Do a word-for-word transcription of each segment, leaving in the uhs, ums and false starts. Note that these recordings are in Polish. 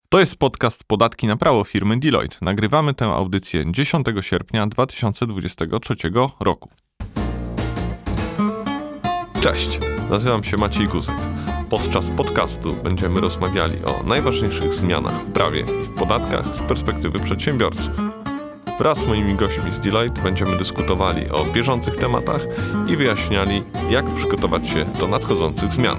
To jest podcast Podatki na prawo firmy Deloitte. Nagrywamy tę audycję dziesiątego sierpnia dwa tysiące dwudziestego trzeciego roku. Cześć, nazywam się Maciej Guzek. Podczas podcastu będziemy rozmawiali o najważniejszych zmianach w prawie i w podatkach z perspektywy przedsiębiorców. Wraz z moimi gośćmi z Deloitte będziemy dyskutowali o bieżących tematach i wyjaśniali, jak przygotować się do nadchodzących zmian.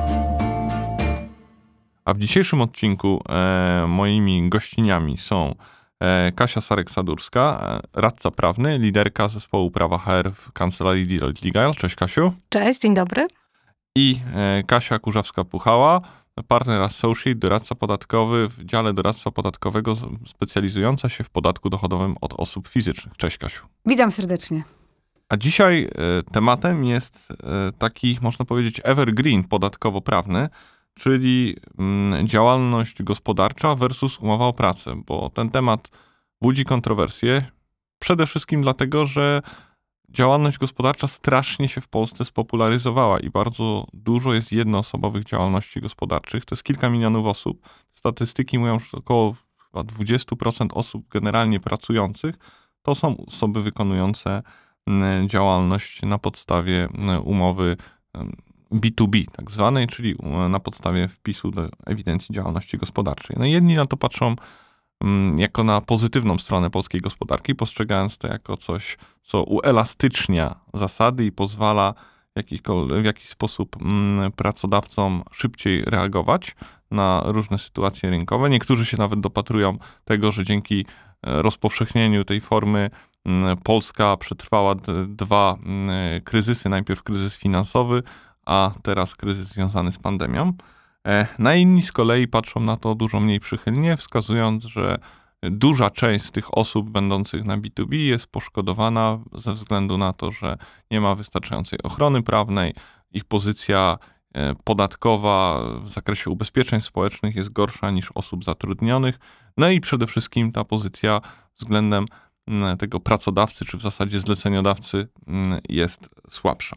A w dzisiejszym odcinku e, moimi gościniami są e, Kasia Sarek-Sadurska, e, radca prawny, liderka zespołu prawa H R w kancelarii Deloitte Legal. Cześć Kasiu. Cześć, dzień dobry. I e, Kasia Kurzawska-Puchała, partner associate, doradca podatkowy w dziale doradztwa podatkowego specjalizująca się w podatku dochodowym od osób fizycznych. Cześć Kasiu. Witam serdecznie. A dzisiaj e, tematem jest e, taki, można powiedzieć, evergreen podatkowo-prawny, czyli mm, działalność gospodarcza versus umowa o pracę, bo ten temat budzi kontrowersje przede wszystkim dlatego, że działalność gospodarcza strasznie się w Polsce spopularyzowała i bardzo dużo jest jednoosobowych działalności gospodarczych. To jest kilka milionów osób. Statystyki mówią, że około chyba dwadzieścia procent osób generalnie pracujących to są osoby wykonujące działalność na podstawie umowy B dwa B tak zwanej, czyli na podstawie wpisu do ewidencji działalności gospodarczej. No jedni na to patrzą um, jako na pozytywną stronę polskiej gospodarki, postrzegając to jako coś, co uelastycznia zasady i pozwala w jakiś sposób um, pracodawcom szybciej reagować na różne sytuacje rynkowe. Niektórzy się nawet dopatrują tego, że dzięki rozpowszechnieniu tej formy um, Polska przetrwała d- dwa um, kryzysy. Najpierw kryzys finansowy, a teraz kryzys związany z pandemią. Na inni z kolei patrzą na to dużo mniej przychylnie, wskazując, że duża część z tych osób będących na B dwa B jest poszkodowana ze względu na to, że nie ma wystarczającej ochrony prawnej, ich pozycja podatkowa w zakresie ubezpieczeń społecznych jest gorsza niż osób zatrudnionych, no i przede wszystkim ta pozycja względem tego pracodawcy, czy w zasadzie zleceniodawcy jest słabsza.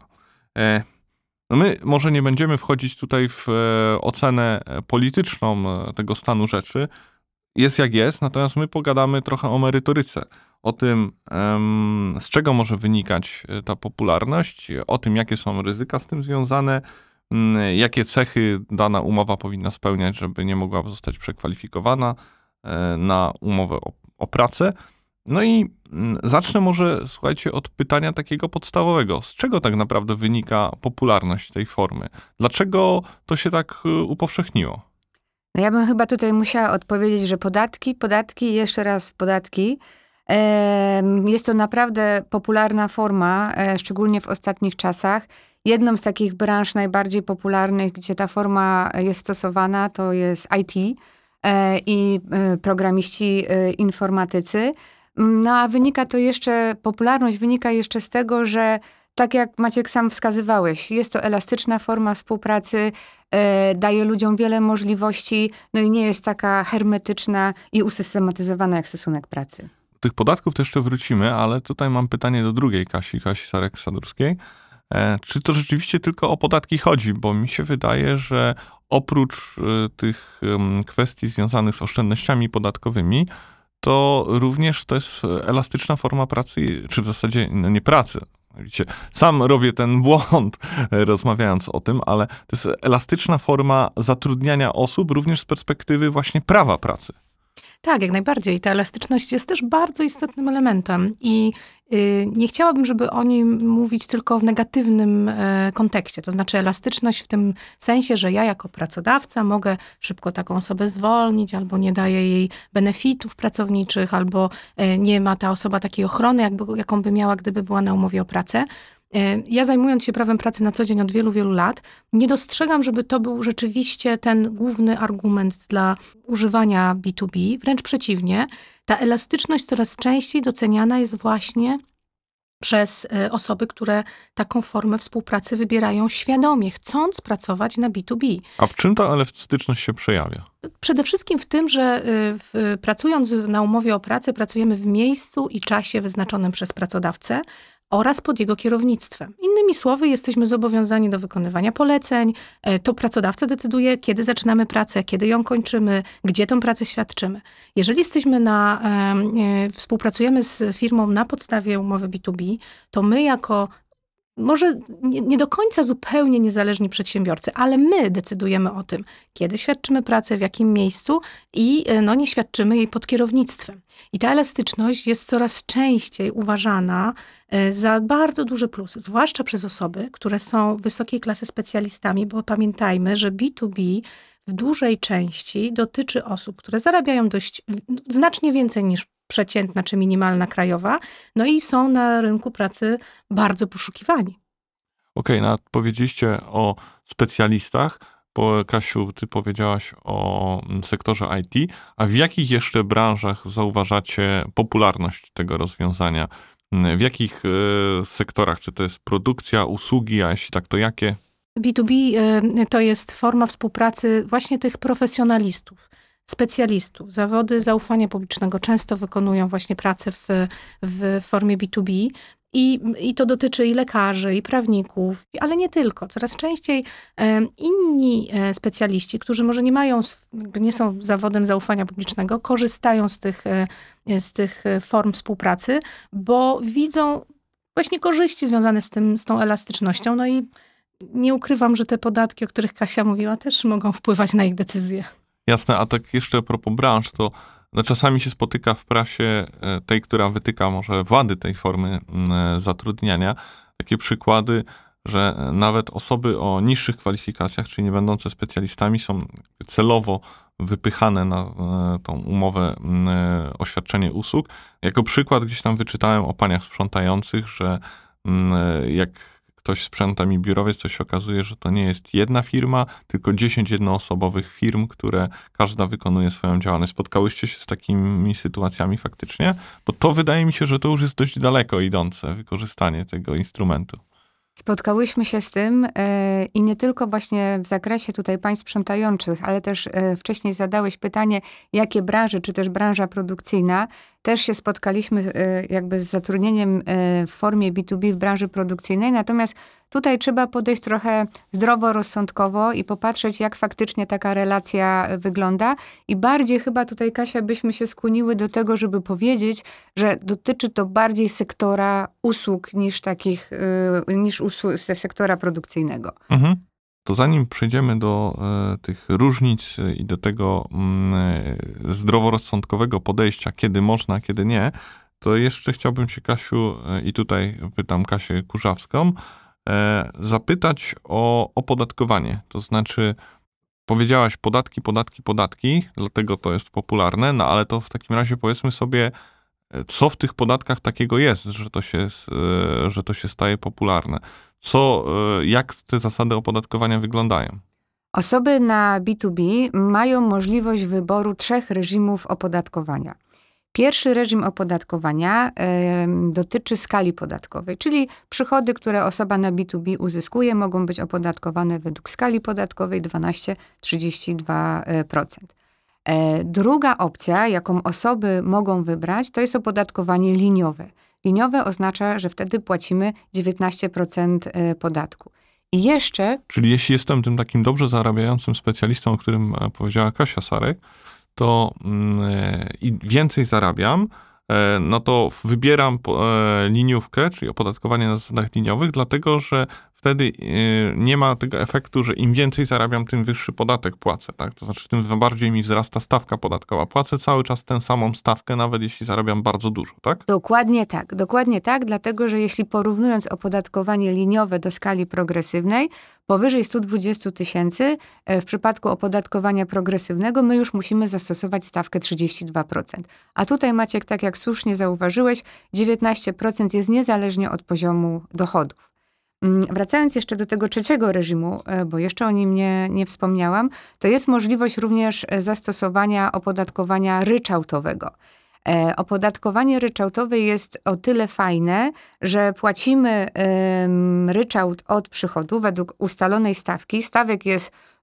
No my może nie będziemy wchodzić tutaj w e, ocenę polityczną e, tego stanu rzeczy. Jest jak jest, natomiast my pogadamy trochę o merytoryce. O tym, em, z czego może wynikać ta popularność, o tym, jakie są ryzyka z tym związane, m, jakie cechy dana umowa powinna spełniać, żeby nie mogła zostać przekwalifikowana e, na umowę o, o pracę. No i zacznę może, słuchajcie, od pytania takiego podstawowego. Z czego tak naprawdę wynika popularność tej formy? Dlaczego to się tak upowszechniło? No ja bym chyba tutaj musiała odpowiedzieć, że podatki, podatki i jeszcze raz podatki. Jest to naprawdę popularna forma, szczególnie w ostatnich czasach. Jedną z takich branż najbardziej popularnych, gdzie ta forma jest stosowana, to jest I T i programiści informatycy. No a wynika to jeszcze, popularność wynika jeszcze z tego, że tak jak Maciek sam wskazywałeś, jest to elastyczna forma współpracy, e, daje ludziom wiele możliwości, no i nie jest taka hermetyczna i usystematyzowana jak stosunek pracy. Do tych podatków to jeszcze wrócimy, ale tutaj mam pytanie do drugiej Kasi, Kasi Sarek-Sadurskiej. E, czy to rzeczywiście tylko o podatki chodzi? Bo mi się wydaje, że oprócz e, tych e, kwestii związanych z oszczędnościami podatkowymi, to również to jest elastyczna forma pracy, czy w zasadzie no nie pracy. Widzicie, sam robię ten błąd, rozmawiając o tym, ale to jest elastyczna forma zatrudniania osób również z perspektywy właśnie prawa pracy. Tak, jak najbardziej. Ta elastyczność jest też bardzo istotnym elementem i y, nie chciałabym, żeby o niej mówić tylko w negatywnym y, kontekście. To znaczy elastyczność w tym sensie, że ja jako pracodawca mogę szybko taką osobę zwolnić, albo nie daję jej benefitów pracowniczych, albo y, nie ma ta osoba takiej ochrony, jakby, jaką by miała, gdyby była na umowie o pracę. Ja zajmując się prawem pracy na co dzień od wielu, wielu lat, nie dostrzegam, żeby to był rzeczywiście ten główny argument dla używania B dwa B. Wręcz przeciwnie, ta elastyczność coraz częściej doceniana jest właśnie przez osoby, które taką formę współpracy wybierają świadomie, chcąc pracować na B dwa B. A w czym ta elastyczność się przejawia? Przede wszystkim w tym, że w, pracując na umowie o pracę, pracujemy w miejscu i czasie wyznaczonym przez pracodawcę, oraz pod jego kierownictwem. Innymi słowy, jesteśmy zobowiązani do wykonywania poleceń. To pracodawca decyduje, kiedy zaczynamy pracę, kiedy ją kończymy, gdzie tą pracę świadczymy. Jeżeli jesteśmy na, e, współpracujemy z firmą na podstawie umowy B dwa B, to my jako może nie, nie do końca zupełnie niezależni przedsiębiorcy, ale my decydujemy o tym, kiedy świadczymy pracę, w jakim miejscu i no, nie świadczymy jej pod kierownictwem. I ta elastyczność jest coraz częściej uważana za bardzo duży plus, zwłaszcza przez osoby, które są wysokiej klasy specjalistami, bo pamiętajmy, że B dwa B w dużej części dotyczy osób, które zarabiają dość znacznie więcej niż przeciętna czy minimalna krajowa, no i są na rynku pracy bardzo poszukiwani. Okej, okay, no powiedzieliście o specjalistach, bo Kasiu, ty powiedziałaś o sektorze I T, a w jakich jeszcze branżach zauważacie popularność tego rozwiązania? W jakich y, sektorach? Czy to jest produkcja, usługi, a jeśli tak, to jakie? B dwa B y, to jest forma współpracy właśnie tych profesjonalistów, specjalistów. Zawody zaufania publicznego często wykonują właśnie pracę w, w formie B dwa B i, i to dotyczy i lekarzy, i prawników, ale nie tylko. Coraz częściej e, inni e, specjaliści, którzy może nie mają, nie są zawodem zaufania publicznego, korzystają z tych, e, z tych form współpracy, bo widzą właśnie korzyści związane z tym, z tą elastycznością. No i nie ukrywam, że te podatki, o których Kasia mówiła, też mogą wpływać na ich decyzje. Jasne, a tak jeszcze a propos branż, to no czasami się spotyka w prasie tej, która wytyka może wady tej formy zatrudniania, takie przykłady, że nawet osoby o niższych kwalifikacjach, czyli nie będące specjalistami, są celowo wypychane na tą umowę o świadczenie usług. Jako przykład gdzieś tam wyczytałem o paniach sprzątających, że jak ktoś sprząta mi biurowiec, to się okazuje, że to nie jest jedna firma, tylko dziesięć jednoosobowych firm, które każda wykonuje swoją działalność. Spotkałyście się z takimi sytuacjami faktycznie? Bo to wydaje mi się, że to już jest dość daleko idące wykorzystanie tego instrumentu. Spotkałyśmy się z tym yy, i nie tylko właśnie w zakresie tutaj państw sprzątających, ale też yy, wcześniej zadałeś pytanie, jakie branże, czy też branża produkcyjna. Też się spotkaliśmy yy, jakby z zatrudnieniem yy, w formie B dwa B w branży produkcyjnej, natomiast tutaj trzeba podejść trochę zdroworozsądkowo i popatrzeć, jak faktycznie taka relacja wygląda. I bardziej chyba tutaj, Kasia, byśmy się skłoniły do tego, żeby powiedzieć, że dotyczy to bardziej sektora usług niż takich, yy, niż usług ze sektora produkcyjnego. Mhm. To zanim przejdziemy do e, tych różnic i do tego e, zdroworozsądkowego podejścia, kiedy można, kiedy nie, to jeszcze chciałbym się, Kasiu, e, i tutaj pytam Kasię Kurzawską, e, zapytać o opodatkowanie. To znaczy, powiedziałaś podatki, podatki, podatki, dlatego to jest popularne, no ale to w takim razie powiedzmy sobie, co w tych podatkach takiego jest, że to się, e, że to się staje popularne. Co, jak te zasady opodatkowania wyglądają? Osoby na B dwa B mają możliwość wyboru trzech reżimów opodatkowania. Pierwszy reżim opodatkowania y, dotyczy skali podatkowej, czyli przychody, które osoba na B dwa B uzyskuje, mogą być opodatkowane według skali podatkowej dwanaście do trzydziestu dwóch procent. E, druga opcja, jaką osoby mogą wybrać, to jest opodatkowanie liniowe. Liniowe oznacza, że wtedy płacimy dziewiętnaście procent podatku. I jeszcze... Czyli jeśli jestem tym takim dobrze zarabiającym specjalistą, o którym powiedziała Kasia Sarek, to i yy, więcej zarabiam, yy, no to wybieram yy, liniówkę, czyli opodatkowanie na zasadach liniowych, dlatego że wtedy yy, nie ma tego efektu, że im więcej zarabiam, tym wyższy podatek płacę, tak? To znaczy, tym bardziej mi wzrasta stawka podatkowa. Płacę cały czas tę samą stawkę, nawet jeśli zarabiam bardzo dużo, tak? Dokładnie tak, dokładnie tak, dlatego że jeśli porównując opodatkowanie liniowe do skali progresywnej, powyżej sto dwadzieścia tysięcy w przypadku opodatkowania progresywnego my już musimy zastosować stawkę trzydzieści dwa procent. A tutaj, Maciek, tak jak słusznie zauważyłeś, dziewiętnaście procent jest niezależnie od poziomu dochodów. Wracając jeszcze do tego trzeciego reżimu, bo jeszcze o nim nie, nie wspomniałam, to jest możliwość również zastosowania opodatkowania ryczałtowego. E, opodatkowanie ryczałtowe jest o tyle fajne, że płacimy ym, ryczałt od przychodu według ustalonej stawki. Stawek jest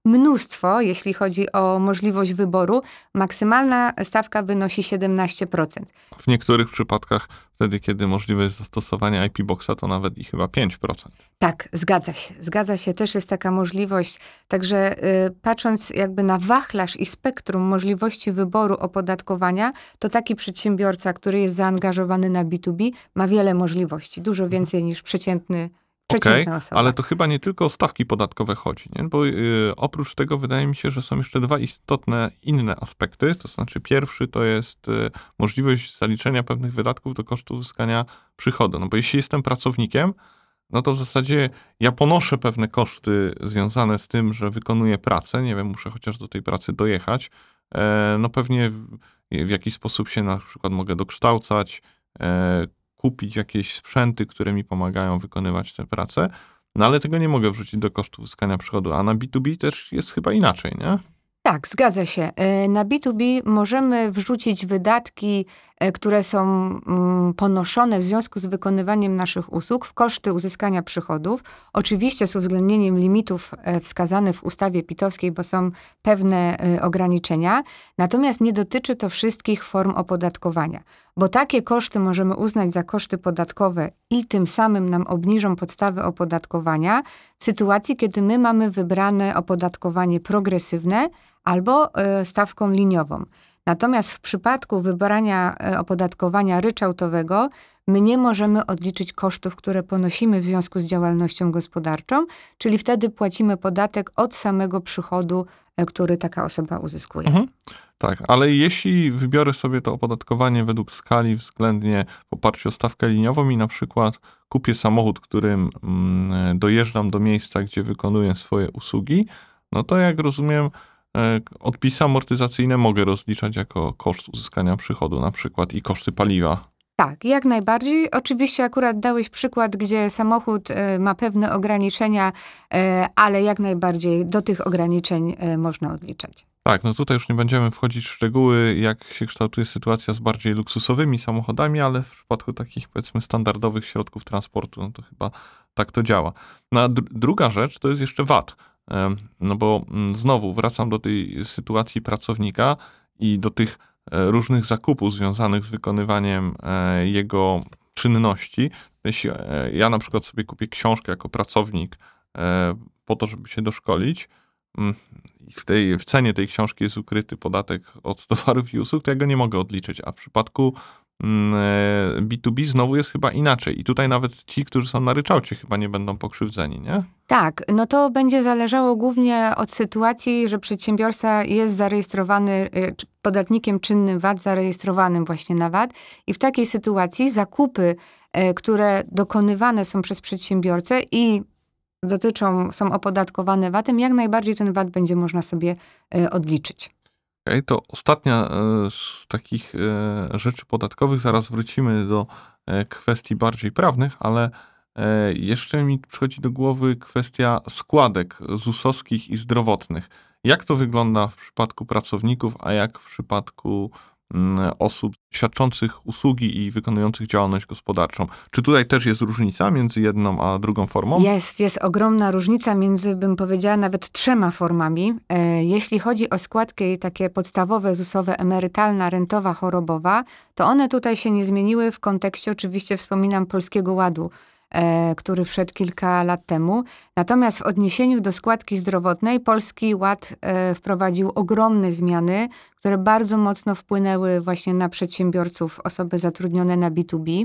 mnóstwo, jeśli chodzi o możliwość wyboru. Maksymalna stawka wynosi siedemnaście procent. W niektórych przypadkach, wtedy kiedy możliwe jest zastosowanie I P Boxa, to nawet i chyba pięć procent. Tak, zgadza się. Zgadza się, też jest taka możliwość. Także y, patrząc jakby na wachlarz i spektrum możliwości wyboru opodatkowania, to taki przedsiębiorca, który jest zaangażowany na B dwa B, ma wiele możliwości. Dużo więcej niż przeciętny, przeciętna Okej, osoba. ale to chyba nie tylko o stawki podatkowe chodzi, nie? Bo y, oprócz tego wydaje mi się, że są jeszcze dwa istotne inne aspekty. To znaczy pierwszy to jest y, możliwość zaliczenia pewnych wydatków do kosztu uzyskania przychodu. No bo jeśli jestem pracownikiem, no to w zasadzie ja ponoszę pewne koszty związane z tym, że wykonuję pracę. Nie wiem, muszę chociaż do tej pracy dojechać. E, no pewnie w, w jakiś sposób się na przykład mogę dokształcać, e, kupić jakieś sprzęty, które mi pomagają wykonywać tę pracę, no ale tego nie mogę wrzucić do kosztu uzyskania przychodu, a na B dwa B też jest chyba inaczej, nie? Tak, zgadza się. Y, Na B dwa B możemy wrzucić wydatki, y, które są mm, ponoszone w związku z wykonywaniem naszych usług w koszty uzyskania przychodów. Oczywiście z uwzględnieniem limitów y, wskazanych w ustawie pitowskiej, bo są pewne y, ograniczenia. Natomiast nie dotyczy to wszystkich form opodatkowania, bo takie koszty możemy uznać za koszty podatkowe i tym samym nam obniżą podstawę opodatkowania w sytuacji, kiedy my mamy wybrane opodatkowanie progresywne albo y, stawką liniową. Natomiast w przypadku wybrania y, opodatkowania ryczałtowego my nie możemy odliczyć kosztów, które ponosimy w związku z działalnością gospodarczą, czyli wtedy płacimy podatek od samego przychodu, y, który taka osoba uzyskuje. Mhm. Tak, ale jeśli wybiorę sobie to opodatkowanie według skali względnie w oparciu o stawkę liniową i na przykład kupię samochód, którym mm, dojeżdżam do miejsca, gdzie wykonuję swoje usługi, no to jak rozumiem, e, odpisy amortyzacyjne mogę rozliczać jako koszt uzyskania przychodu na przykład i koszty paliwa. Tak, jak najbardziej. Oczywiście akurat dałeś przykład, gdzie samochód y, ma pewne ograniczenia, y, ale jak najbardziej do tych ograniczeń y, można odliczać. Tak, no tutaj już nie będziemy wchodzić w szczegóły, jak się kształtuje sytuacja z bardziej luksusowymi samochodami, ale w przypadku takich, powiedzmy, standardowych środków transportu, no to chyba tak to działa. No a dr- druga rzecz to jest jeszcze V A T. Em, No bo mm, znowu wracam do tej sytuacji pracownika i do tych e, różnych zakupów związanych z wykonywaniem e, jego czynności. Jeśli e, ja na przykład sobie kupię książkę jako pracownik e, po to, żeby się doszkolić, mm, i w, tej, w cenie tej książki jest ukryty podatek od towarów i usług, to ja go nie mogę odliczyć. A w przypadku mm, e, B dwa B znowu jest chyba inaczej. I tutaj nawet ci, którzy są na ryczałcie, chyba nie będą pokrzywdzeni, nie? Tak, no to będzie zależało głównie od sytuacji, że przedsiębiorca jest zarejestrowany, y, czy podatnikiem czynnym V A T, zarejestrowanym właśnie na V A T i w takiej sytuacji zakupy, y, które dokonywane są przez przedsiębiorcę i dotyczą, są opodatkowane V A T-em, jak najbardziej ten V A T będzie można sobie y, odliczyć. Okej, to ostatnia e, z takich e, rzeczy podatkowych, zaraz wrócimy do e, kwestii bardziej prawnych, ale e, jeszcze mi przychodzi do głowy kwestia składek zusowskich i zdrowotnych. Jak to wygląda w przypadku pracowników, a jak w przypadku mm, osób świadczących usługi i wykonujących działalność gospodarczą? Czy tutaj też jest różnica między jedną a drugą formą? Jest, jest ogromna różnica między, bym powiedziała, nawet trzema formami. E, Jeśli chodzi o składki takie podstawowe, zusowe, emerytalna, rentowa, chorobowa, to one tutaj się nie zmieniły w kontekście, oczywiście wspominam, Polskiego Ładu, e, który wszedł kilka lat temu. Natomiast w odniesieniu do składki zdrowotnej Polski Ład e, wprowadził ogromne zmiany, które bardzo mocno wpłynęły właśnie na przedsiębiorców, osoby zatrudnione na B dwa B.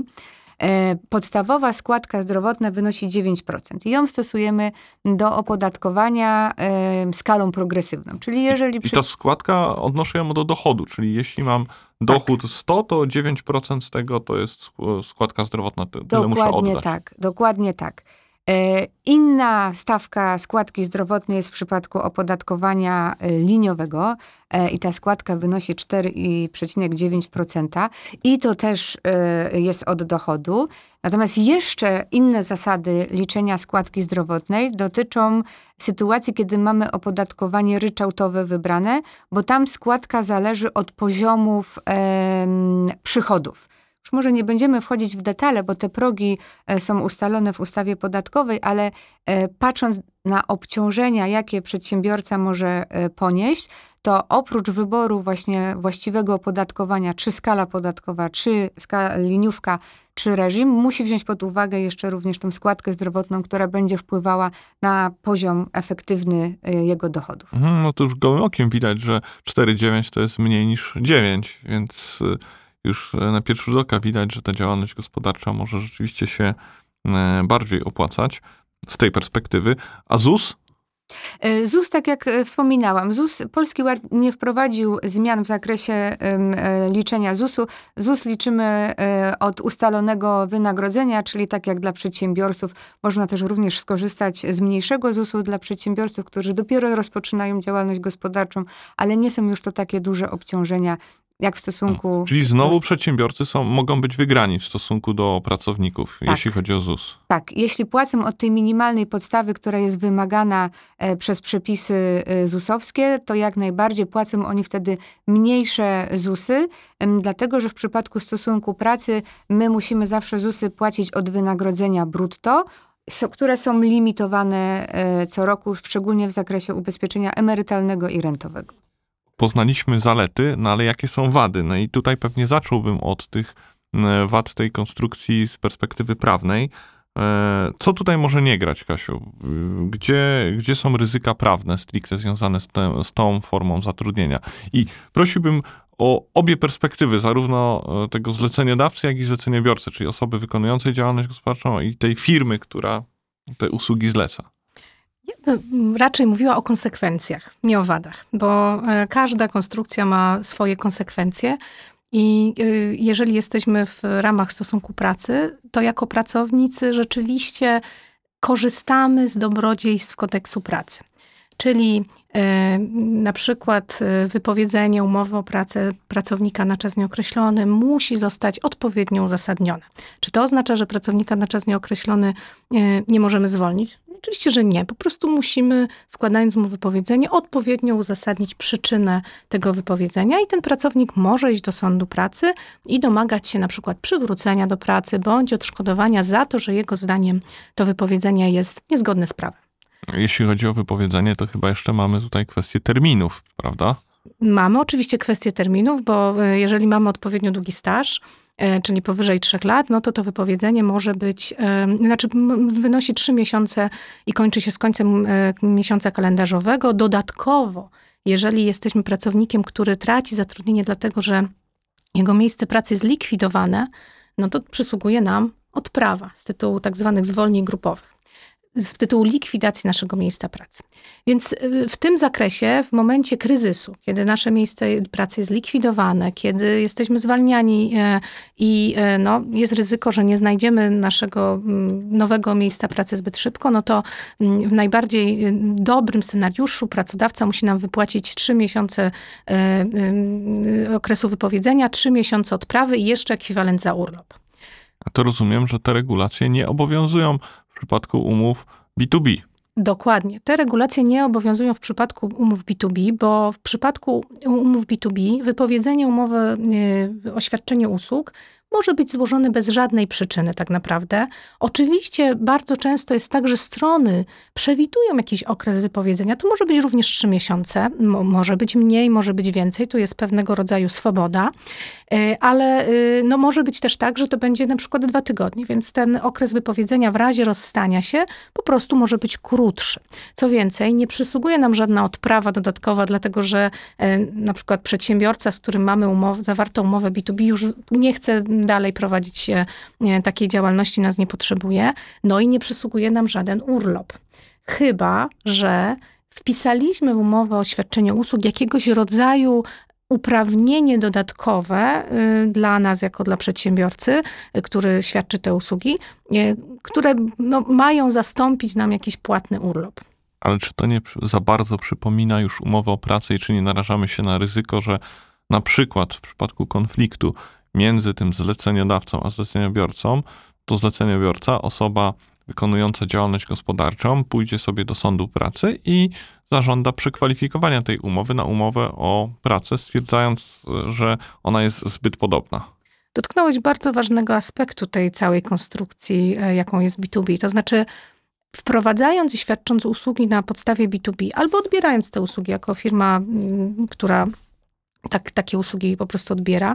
E, Podstawowa składka zdrowotna wynosi dziewięć procent i ją stosujemy do opodatkowania e, skalą progresywną. Czyli jeżeli... I przy- to składka, odnoszę ją do dochodu, czyli jeśli mam dochód sto, to dziewięć procent z tego to jest sk- składka zdrowotna, ty- tyle muszę Dokładnie oddać. tak, dokładnie tak. E, Inna stawka składki zdrowotnej jest w przypadku opodatkowania e, liniowego e, i ta składka wynosi cztery przecinek dziewięć procent i to też e, jest od dochodu. Natomiast jeszcze inne zasady liczenia składki zdrowotnej dotyczą sytuacji, kiedy mamy opodatkowanie ryczałtowe wybrane, bo tam składka zależy od poziomów em, przychodów. Już może nie będziemy wchodzić w detale, bo te progi e, są ustalone w ustawie podatkowej, ale e, patrząc na obciążenia, jakie przedsiębiorca może e, ponieść, to oprócz wyboru właśnie właściwego opodatkowania, czy skala podatkowa, czy skala, liniówka, czy reżim, musi wziąć pod uwagę jeszcze również tą składkę zdrowotną, która będzie wpływała na poziom efektywny e, jego dochodów. Mhm, no to już gołym okiem widać, że cztery przecinek dziewięć to jest mniej niż dziewięć, więc y, już na pierwszy rzut oka widać, że ta działalność gospodarcza może rzeczywiście się y, bardziej opłacać z tej perspektywy. A ZUS? ZUS, tak jak wspominałam, ZUS, Polski Ład nie wprowadził zmian w zakresie um, liczenia zusu. ZUS liczymy um, od ustalonego wynagrodzenia, czyli tak jak dla przedsiębiorców. Można też również skorzystać z mniejszego zusu dla przedsiębiorców, którzy dopiero rozpoczynają działalność gospodarczą, ale nie są już to takie duże obciążenia, jak w stosunku... Czyli znowu do... przedsiębiorcy są, mogą być wygrani w stosunku do pracowników, tak. jeśli chodzi o ZUS. Tak, jeśli płacą od tej minimalnej podstawy, która jest wymagana e, przez przepisy e, zusowskie, to jak najbardziej płacą oni wtedy mniejsze zusy, e, dlatego że w przypadku stosunku pracy my musimy zawsze zusy płacić od wynagrodzenia brutto, so, które są limitowane e, co roku, szczególnie w zakresie ubezpieczenia emerytalnego i rentowego. Poznaliśmy zalety, no ale jakie są wady? No i tutaj pewnie zacząłbym od tych wad tej konstrukcji z perspektywy prawnej. Co tutaj może nie grać, Kasiu? Gdzie, gdzie są ryzyka prawne stricte związane z, te, z tą formą zatrudnienia? I prosiłbym o obie perspektywy, zarówno tego zleceniodawcy, jak i zleceniobiorcy, czyli osoby wykonującej działalność gospodarczą i tej firmy, która te usługi zleca. Ja bym raczej mówiła o konsekwencjach, nie o wadach, bo każda konstrukcja ma swoje konsekwencje i jeżeli jesteśmy w ramach stosunku pracy, to jako pracownicy rzeczywiście korzystamy z dobrodziejstw kodeksu pracy. Czyli e, na przykład wypowiedzenie umowy o pracę pracownika na czas nieokreślony musi zostać odpowiednio uzasadnione. Czy to oznacza, że pracownika na czas nieokreślony e, nie możemy zwolnić? Oczywiście, że nie. Po prostu musimy, składając mu wypowiedzenie, odpowiednio uzasadnić przyczynę tego wypowiedzenia i ten pracownik może iść do sądu pracy i domagać się na przykład przywrócenia do pracy bądź odszkodowania za to, że jego zdaniem to wypowiedzenie jest niezgodne z prawem. Jeśli chodzi o wypowiedzenie, to chyba jeszcze mamy tutaj kwestię terminów, prawda? Mamy oczywiście kwestię terminów, bo jeżeli mamy odpowiednio długi staż, czyli powyżej trzech lat, no to to wypowiedzenie może być, znaczy wynosi trzy miesiące i kończy się z końcem miesiąca kalendarzowego. Dodatkowo, jeżeli jesteśmy pracownikiem, który traci zatrudnienie dlatego, że jego miejsce pracy jest likwidowane, no to przysługuje nam odprawa z tytułu tak zwanych zwolnień grupowych, z tytułu likwidacji naszego miejsca pracy. Więc w tym zakresie, w momencie kryzysu, kiedy nasze miejsce pracy jest likwidowane, kiedy jesteśmy zwalniani i no, jest ryzyko, że nie znajdziemy naszego nowego miejsca pracy zbyt szybko, no to w najbardziej dobrym scenariuszu pracodawca musi nam wypłacić trzy miesiące okresu wypowiedzenia, trzy miesiące odprawy i jeszcze ekwiwalent za urlop. A to rozumiem, że te regulacje nie obowiązują w przypadku umów B dwa B. Dokładnie. Te regulacje nie obowiązują w przypadku umów B dwa B, bo w przypadku umów B dwa B wypowiedzenie umowy o świadczenie usług może być złożone bez żadnej przyczyny tak naprawdę. Oczywiście bardzo często jest tak, że strony przewidują jakiś okres wypowiedzenia. To może być również trzy miesiące, może być mniej, może być więcej. Tu jest pewnego rodzaju swoboda, ale no może być też tak, że to będzie na przykład dwa tygodnie, więc ten okres wypowiedzenia w razie rozstania się po prostu może być krótszy. Co więcej, nie przysługuje nam żadna odprawa dodatkowa, dlatego że na przykład przedsiębiorca, z którym mamy umowę, zawartą umowę B dwa B, już nie chce dalej prowadzić takiej działalności, nas nie potrzebuje. No i nie przysługuje nam żaden urlop. Chyba że wpisaliśmy w umowę o świadczenie usług jakiegoś rodzaju uprawnienie dodatkowe dla nas, jako dla przedsiębiorcy, który świadczy te usługi, które no, mają zastąpić nam jakiś płatny urlop. Ale czy to nie za bardzo przypomina już umowę o pracę i czy nie narażamy się na ryzyko, że na przykład w przypadku konfliktu między tym zleceniodawcą a zleceniobiorcą, to zleceniobiorca, osoba wykonująca działalność gospodarczą, pójdzie sobie do sądu pracy i zażąda przekwalifikowania tej umowy na umowę o pracę, stwierdzając, że ona jest zbyt podobna. Dotknąłeś bardzo ważnego aspektu tej całej konstrukcji, jaką jest B dwa B. To znaczy, wprowadzając i świadcząc usługi na podstawie B dwa B, albo odbierając te usługi jako firma, która tak, takie usługi po prostu odbiera,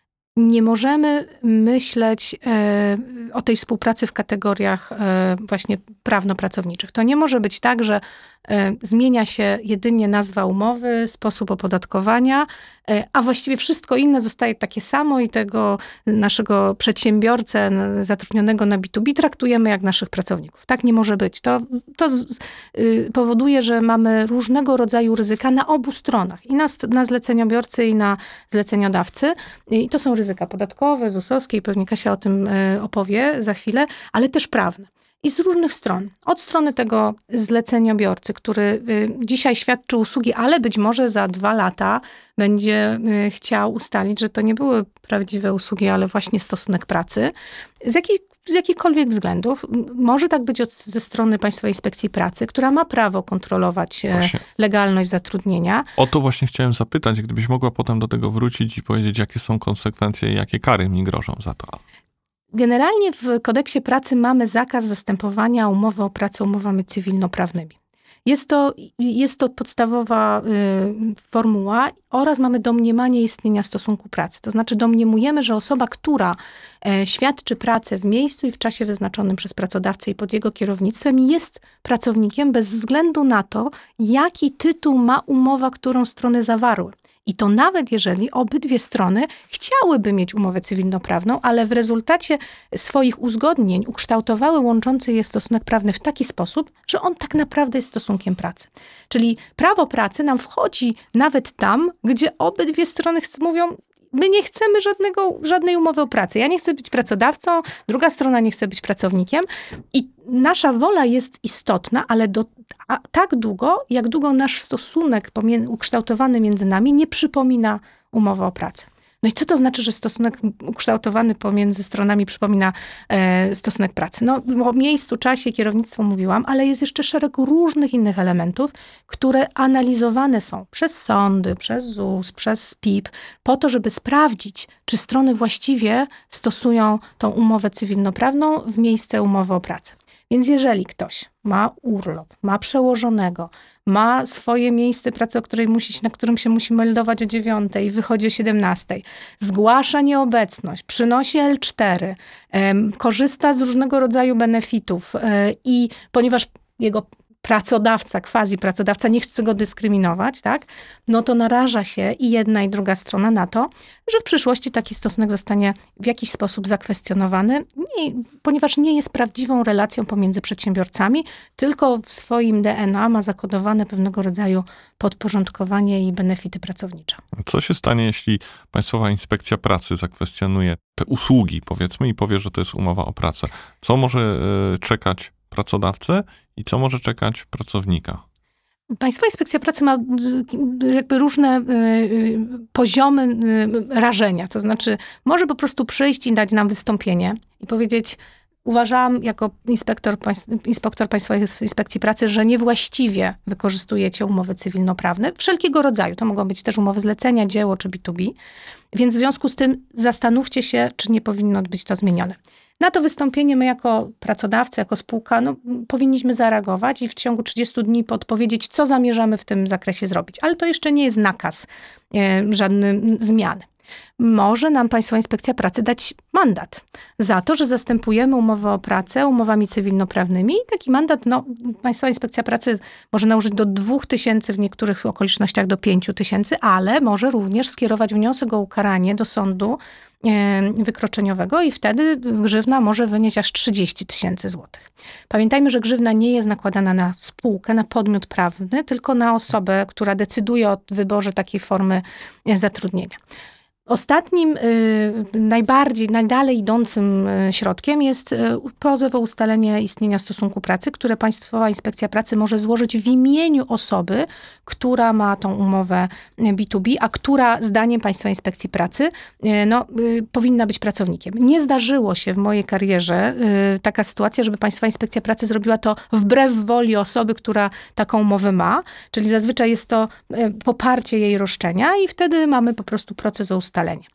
nie możemy myśleć e, o tej współpracy w kategoriach e, właśnie prawno-pracowniczych. To nie może być tak, że e, zmienia się jedynie nazwa umowy, sposób opodatkowania, e, a właściwie wszystko inne zostaje takie samo i tego naszego przedsiębiorcę zatrudnionego na B dwa B traktujemy jak naszych pracowników. Tak nie może być. To, to z, y, powoduje, że mamy różnego rodzaju ryzyka na obu stronach. I na, na zleceniobiorcy, i na zleceniodawcy. I to są ryzyka podatkowe, zusowskie i pewnie Kasia o tym y, opowie za chwilę, ale też prawne. I z różnych stron. Od strony tego zleceniobiorcy, który y, dzisiaj świadczy usługi, ale być może za dwa lata będzie y, chciał ustalić, że to nie były prawdziwe usługi, ale właśnie stosunek pracy. Z jakich, z jakichkolwiek względów. Może tak być od, ze strony Państwowej Inspekcji Pracy, która ma prawo kontrolować e, legalność zatrudnienia. O to właśnie chciałem zapytać, gdybyś mogła potem do tego wrócić i powiedzieć, jakie są konsekwencje i jakie kary mi grożą za to. Generalnie w kodeksie pracy mamy zakaz zastępowania umowy o pracę umowami cywilnoprawnymi. Jest to, jest to podstawowa y, formuła oraz mamy domniemanie istnienia stosunku pracy. To znaczy domniemujemy, że osoba, która e, świadczy pracę w miejscu i w czasie wyznaczonym przez pracodawcę i pod jego kierownictwem jest pracownikiem bez względu na to, jaki tytuł ma umowa, którą strony zawarły. I to nawet jeżeli obydwie strony chciałyby mieć umowę cywilnoprawną, ale w rezultacie swoich uzgodnień ukształtowały łączący je stosunek prawny w taki sposób, że on tak naprawdę jest stosunkiem pracy. Czyli prawo pracy nam wchodzi nawet tam, gdzie obydwie strony mówią, my nie chcemy żadnego, żadnej umowy o pracy. Ja nie chcę być pracodawcą, druga strona nie chce być pracownikiem. I nasza wola jest istotna, ale do, a, tak długo, jak długo nasz stosunek pomiędzy, ukształtowany między nami nie przypomina umowy o pracę. No i co to znaczy, że stosunek ukształtowany pomiędzy stronami przypomina e, stosunek pracy? No o miejscu, czasie, kierownictwo mówiłam, ale jest jeszcze szereg różnych innych elementów, które analizowane są przez sądy, przez Z U S, przez P I P, po to, żeby sprawdzić, czy strony właściwie stosują tą umowę cywilnoprawną w miejsce umowy o pracę. Więc jeżeli ktoś ma urlop, ma przełożonego, ma swoje miejsce pracy, o której musi, na którym się musi meldować o dziewiątej, wychodzi o siedemnastej, zgłasza nieobecność, przynosi L cztery, em, korzysta z różnego rodzaju benefitów e, i ponieważ jego pracodawca, quasi pracodawca nie chce go dyskryminować, tak, no to naraża się i jedna i druga strona na to, że w przyszłości taki stosunek zostanie w jakiś sposób zakwestionowany, nie, ponieważ nie jest prawdziwą relacją pomiędzy przedsiębiorcami, tylko w swoim D N A ma zakodowane pewnego rodzaju podporządkowanie i benefity pracownicze. Co się stanie, jeśli Państwowa Inspekcja Pracy zakwestionuje te usługi, powiedzmy, i powie, że to jest umowa o pracę? Co może y, czekać pracodawcę i co może czekać pracownika? Państwowa Inspekcja Pracy ma jakby różne y, poziomy y, rażenia. To znaczy może po prostu przyjść i dać nam wystąpienie i powiedzieć, uważałam jako inspektor, inspektor Państwowej Inspekcji Pracy, że niewłaściwie wykorzystujecie umowy cywilnoprawne wszelkiego rodzaju. To mogą być też umowy zlecenia, dzieło czy B dwa B. Więc w związku z tym zastanówcie się, czy nie powinno być to zmienione. Na to wystąpienie my jako pracodawcy, jako spółka, no, powinniśmy zareagować i w ciągu trzydziestu dni podpowiedzieć, co zamierzamy w tym zakresie zrobić. Ale to jeszcze nie jest nakaz e, żadnej zmiany. Może nam Państwowa Inspekcja Pracy dać mandat za to, że zastępujemy umowę o pracę umowami cywilnoprawnymi. I taki mandat, no, Państwowa Inspekcja Pracy może nałożyć do dwóch tysięcy, w niektórych okolicznościach do pięciu tysięcy, ale może również skierować wniosek o ukaranie do sądu wykroczeniowego i wtedy grzywna może wynieść aż trzydzieści tysięcy złotych. Pamiętajmy, że grzywna nie jest nakładana na spółkę, na podmiot prawny, tylko na osobę, która decyduje o wyborze takiej formy zatrudnienia. Ostatnim, y, najbardziej, najdalej idącym środkiem jest pozew o ustalenie istnienia stosunku pracy, które Państwowa Inspekcja Pracy może złożyć w imieniu osoby, która ma tą umowę B dwa B, a która zdaniem Państwowej Inspekcji Pracy y, no, y, powinna być pracownikiem. Nie zdarzyło się w mojej karierze y, taka sytuacja, żeby Państwowa Inspekcja Pracy zrobiła to wbrew woli osoby, która taką umowę ma, czyli zazwyczaj jest to y, poparcie jej roszczenia i wtedy mamy po prostu proces o ustalenie.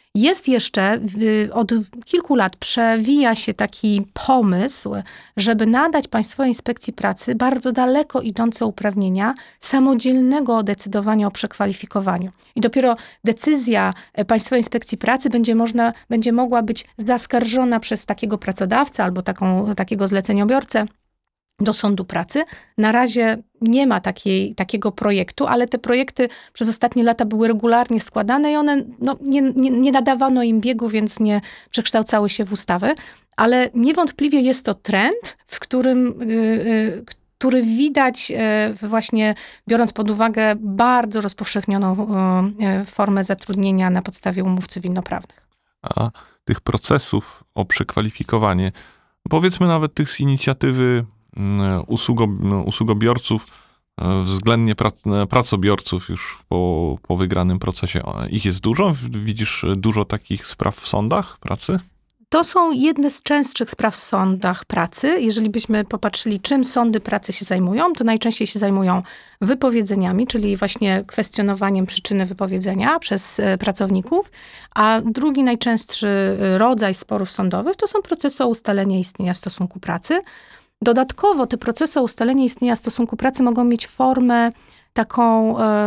Jest jeszcze, od kilku lat przewija się taki pomysł, żeby nadać Państwowej Inspekcji Pracy bardzo daleko idące uprawnienia samodzielnego decydowania o przekwalifikowaniu. I dopiero decyzja Państwowej Inspekcji Pracy będzie można, będzie mogła być zaskarżona przez takiego pracodawcę albo taką, takiego zleceniobiorcę do sądu pracy. Na razie nie ma takiej, takiego projektu, ale te projekty przez ostatnie lata były regularnie składane i one no, nie, nie, nie nadawano im biegu, więc nie przekształcały się w ustawy. Ale niewątpliwie jest to trend, w którym, yy, który widać yy, właśnie biorąc pod uwagę bardzo rozpowszechnioną yy, formę zatrudnienia na podstawie umów cywilnoprawnych. A tych procesów o przekwalifikowanie, powiedzmy nawet tych z inicjatywy Usługo, usługobiorców, względnie pracobiorców już po, po wygranym procesie. Ich jest dużo? Widzisz dużo takich spraw w sądach pracy? To są jedne z częstszych spraw w sądach pracy. Jeżeli byśmy popatrzyli, czym sądy pracy się zajmują, to najczęściej się zajmują wypowiedzeniami, czyli właśnie kwestionowaniem przyczyny wypowiedzenia przez pracowników, a drugi najczęstszy rodzaj sporów sądowych to są procesy o ustalenie istnienia stosunku pracy. Dodatkowo te procesy o ustalenie istnienia stosunku pracy mogą mieć formę taką e,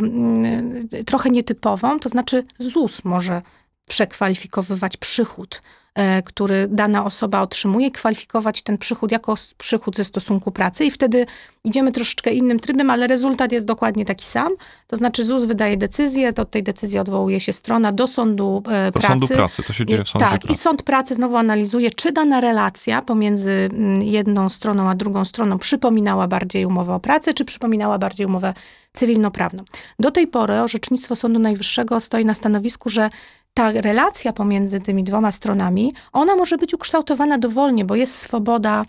trochę nietypową, to znaczy ZUS może przekwalifikowywać przychód, e, który dana osoba otrzymuje, kwalifikować ten przychód jako przychód ze stosunku pracy i wtedy idziemy troszeczkę innym trybem, ale rezultat jest dokładnie taki sam. To znaczy ZUS wydaje decyzję, to od tej decyzji odwołuje się strona do sądu e, do pracy. sądu pracy, to się dzieje w sądzie Tak, pracy. i sąd pracy znowu analizuje, czy dana relacja pomiędzy jedną stroną a drugą stroną przypominała bardziej umowę o pracę, czy przypominała bardziej umowę cywilnoprawną. Do tej pory orzecznictwo Sądu Najwyższego stoi na stanowisku, że ta relacja pomiędzy tymi dwoma stronami, ona może być ukształtowana dowolnie, bo jest swoboda,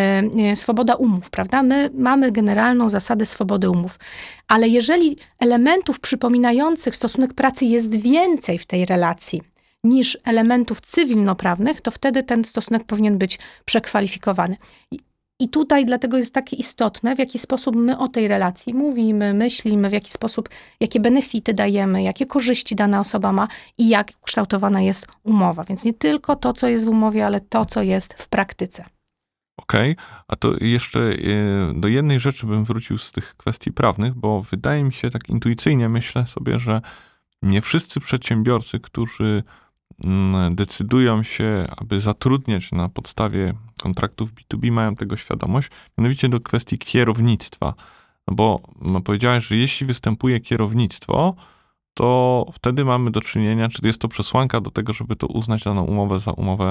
e, swoboda umów, prawda? My mamy generalną zasadę swobody umów. Ale jeżeli elementów przypominających stosunek pracy jest więcej w tej relacji niż elementów cywilnoprawnych, to wtedy ten stosunek powinien być przekwalifikowany. I, I tutaj dlatego jest takie istotne, w jaki sposób my o tej relacji mówimy, myślimy, w jaki sposób, jakie benefity dajemy, jakie korzyści dana osoba ma i jak kształtowana jest umowa. Więc nie tylko to, co jest w umowie, ale to, co jest w praktyce. Okej, okay. A to jeszcze do jednej rzeczy bym wrócił z tych kwestii prawnych, bo wydaje mi się, tak intuicyjnie myślę sobie, że nie wszyscy przedsiębiorcy, którzy decydują się, aby zatrudniać na podstawie kontraktów B dwa B, mają tego świadomość, mianowicie do kwestii kierownictwa. No bo no powiedziałeś, że jeśli występuje kierownictwo, to wtedy mamy do czynienia, czy jest to przesłanka do tego, żeby to uznać daną umowę za umowę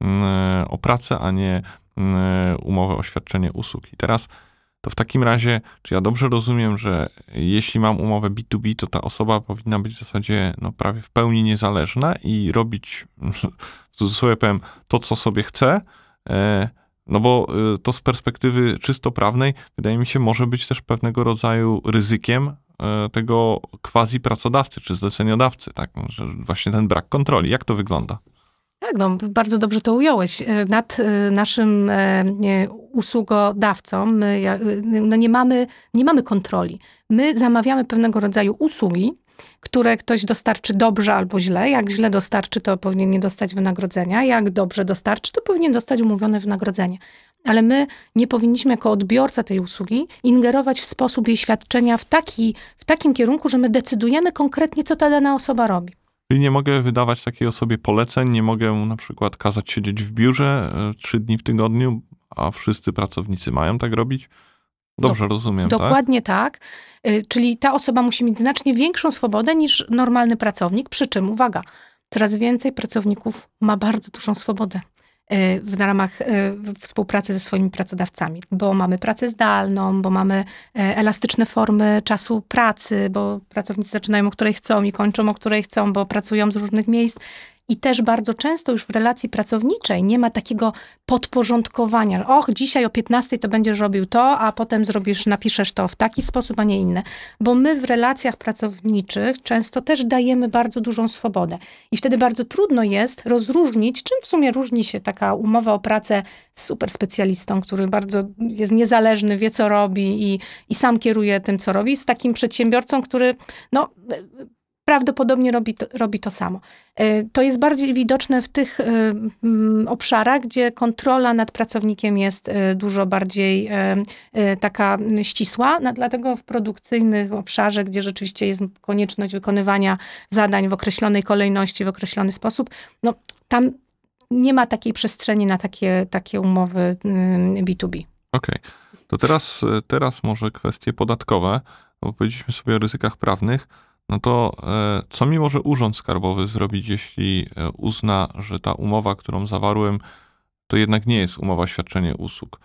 o pracę, a nie umowę o świadczenie usług. I teraz to w takim razie, czy ja dobrze rozumiem, że jeśli mam umowę B dwa B, to ta osoba powinna być w zasadzie no, prawie w pełni niezależna i robić, w cudzysłowie powiem, to, co sobie chce, no bo to z perspektywy czysto prawnej, wydaje mi się, może być też pewnego rodzaju ryzykiem tego quasi pracodawcy czy zleceniodawcy, tak? Że właśnie ten brak kontroli. Jak to wygląda? Tak, no bardzo dobrze to ująłeś. Nad naszym nie, usługodawcą my, no nie, mamy, nie mamy kontroli. My zamawiamy pewnego rodzaju usługi, które ktoś dostarczy dobrze albo źle. Jak źle dostarczy, to powinien nie dostać wynagrodzenia. Jak dobrze dostarczy, to powinien dostać umówione wynagrodzenie. Ale my nie powinniśmy jako odbiorca tej usługi ingerować w sposób jej świadczenia w, taki, w takim kierunku, że my decydujemy konkretnie, co ta dana osoba robi. Czyli nie mogę wydawać takiej osobie poleceń, nie mogę na przykład kazać siedzieć w biurze trzy dni w tygodniu, a wszyscy pracownicy mają tak robić? Dobrze Do, rozumiem, Dokładnie tak? tak. Czyli ta osoba musi mieć znacznie większą swobodę niż normalny pracownik, przy czym, uwaga, coraz więcej pracowników ma bardzo dużą swobodę w ramach współpracy ze swoimi pracodawcami, bo mamy pracę zdalną, bo mamy elastyczne formy czasu pracy, bo pracownicy zaczynają o której chcą i kończą o której chcą, bo pracują z różnych miejsc. I też bardzo często już w relacji pracowniczej nie ma takiego podporządkowania. Och, dzisiaj o piętnastej to będziesz robił to, a potem zrobisz, napiszesz to w taki sposób, a nie inny. Bo my w relacjach pracowniczych często też dajemy bardzo dużą swobodę. I wtedy bardzo trudno jest rozróżnić, czym w sumie różni się taka umowa o pracę z super specjalistą, który bardzo jest niezależny, wie co robi i, i sam kieruje tym, co robi, z takim przedsiębiorcą, który no... prawdopodobnie robi to, robi to samo. To jest bardziej widoczne w tych obszarach, gdzie kontrola nad pracownikiem jest dużo bardziej taka ścisła, dlatego w produkcyjnych obszarze, gdzie rzeczywiście jest konieczność wykonywania zadań w określonej kolejności, w określony sposób, no tam nie ma takiej przestrzeni na takie, takie umowy B dwa B. Okej, to teraz, teraz może kwestie podatkowe, bo powiedzieliśmy sobie o ryzykach prawnych. No to co mi może Urząd Skarbowy zrobić, jeśli uzna, że ta umowa, którą zawarłem, to jednak nie jest umowa świadczenia usług?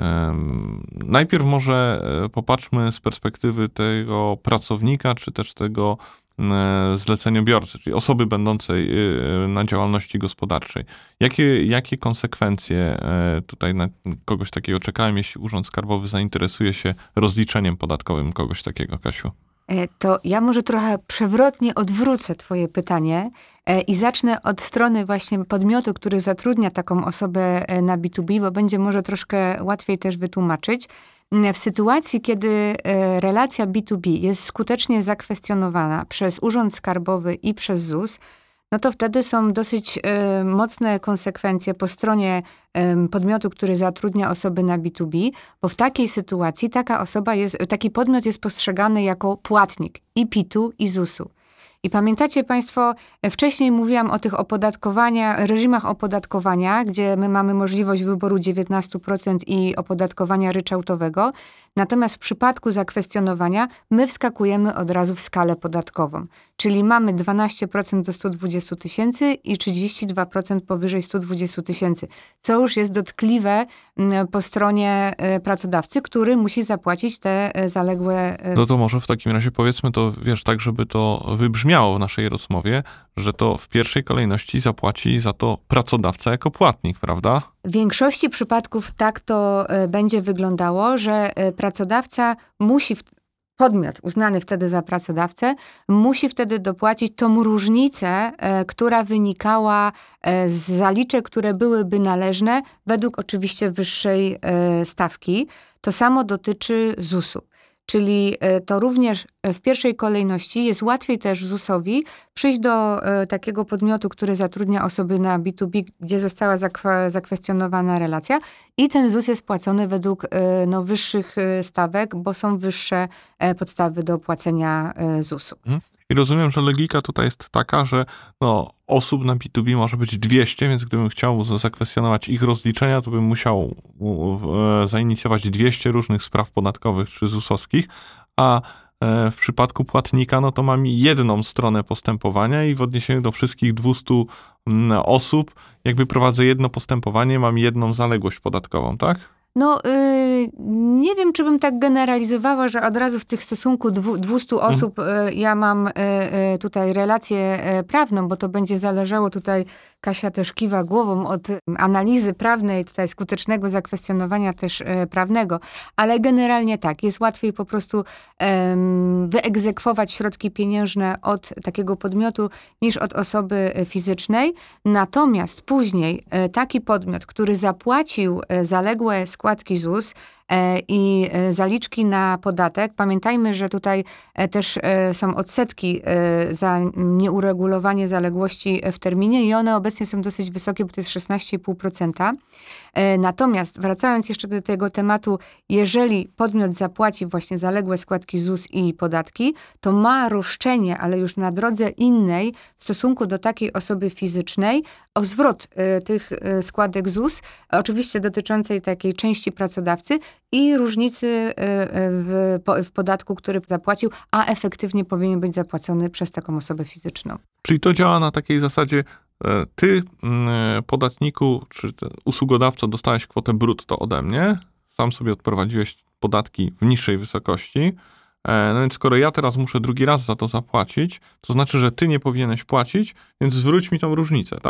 Najpierw może popatrzmy z perspektywy tego pracownika, czy też tego zleceniobiorcy, czyli osoby będącej na działalności gospodarczej. Jakie, jakie konsekwencje tutaj na kogoś takiego czekają, jeśli Urząd Skarbowy zainteresuje się rozliczeniem podatkowym kogoś takiego, Kasiu? To ja może trochę przewrotnie odwrócę twoje pytanie i zacznę od strony właśnie podmiotu, który zatrudnia taką osobę na B dwa B, bo będzie może troszkę łatwiej też wytłumaczyć. W sytuacji, kiedy relacja B dwa B jest skutecznie zakwestionowana przez Urząd Skarbowy i przez Z U S, no to wtedy są dosyć y, mocne konsekwencje po stronie y, podmiotu, który zatrudnia osoby na B dwa B, bo w takiej sytuacji taka osoba jest, taki podmiot jest postrzegany jako płatnik i P I T-u, i Z U S-u. I pamiętacie państwo, wcześniej mówiłam o tych opodatkowania, reżimach opodatkowania, gdzie my mamy możliwość wyboru dziewiętnaście procent i opodatkowania ryczałtowego. Natomiast w przypadku zakwestionowania my wskakujemy od razu w skalę podatkową. Czyli mamy dwanaście procent do stu dwudziestu tysięcy i trzydzieści dwa procent powyżej stu dwudziestu tysięcy, co już jest dotkliwe po stronie pracodawcy, który musi zapłacić te zaległe... No to może w takim razie powiedzmy to, wiesz, tak, żeby to wybrzmiało w naszej rozmowie, że to w pierwszej kolejności zapłaci za to pracodawca jako płatnik, prawda? W większości przypadków tak to będzie wyglądało, że pracodawca musi, podmiot uznany wtedy za pracodawcę, musi wtedy dopłacić tą różnicę, która wynikała z zaliczek, które byłyby należne według oczywiście wyższej stawki. To samo dotyczy Z U S-u. Czyli to również w pierwszej kolejności jest łatwiej też Z U S-owi przyjść do takiego podmiotu, który zatrudnia osoby na B dwa B, gdzie została zakwa- zakwestionowana relacja i ten Z U S jest płacony według no, wyższych stawek, bo są wyższe podstawy do płacenia Z U S-u. Hmm. I rozumiem, że logika tutaj jest taka, że no, osób na B dwa B może być dwieście, więc gdybym chciał zakwestionować ich rozliczenia, to bym musiał zainicjować dwieście różnych spraw podatkowych czy Z U S-owskich, a w przypadku płatnika, no to mam jedną stronę postępowania i w odniesieniu do wszystkich dwustu osób jakby prowadzę jedno postępowanie, mam jedną zaległość podatkową, tak? No, yy, nie wiem, czy bym tak generalizowała, że od razu w tych stosunku dwu, dwustu osób yy, ja mam yy, tutaj relację yy, prawną, bo to będzie zależało tutaj, Kasia też kiwa głową, od analizy prawnej, tutaj skutecznego zakwestionowania też yy, prawnego. Ale generalnie tak, jest łatwiej po prostu yy, wyegzekwować środki pieniężne od takiego podmiotu niż od osoby fizycznej. Natomiast później yy, taki podmiot, który zapłacił yy, zaległe składki Z U S i zaliczki na podatek. Pamiętajmy, że tutaj też są odsetki za nieuregulowanie zaległości w terminie i one obecnie są dosyć wysokie, bo to jest szesnaście i pół procent. Natomiast wracając jeszcze do tego tematu, jeżeli podmiot zapłaci właśnie zaległe składki Z U S i podatki, to ma roszczenie, ale już na drodze innej w stosunku do takiej osoby fizycznej o zwrot tych składek Z U S, oczywiście dotyczącej takiej części pracodawcy i różnicy w, w podatku, który zapłacił, a efektywnie powinien być zapłacony przez taką osobę fizyczną. Czyli to działa na takiej zasadzie, ty, podatniku, czy usługodawco, dostałeś kwotę brutto ode mnie, sam sobie odprowadziłeś podatki w niższej wysokości, no więc skoro ja teraz muszę drugi raz za to zapłacić, to znaczy, że ty nie powinieneś płacić, więc zwróć mi tą różnicę, tak?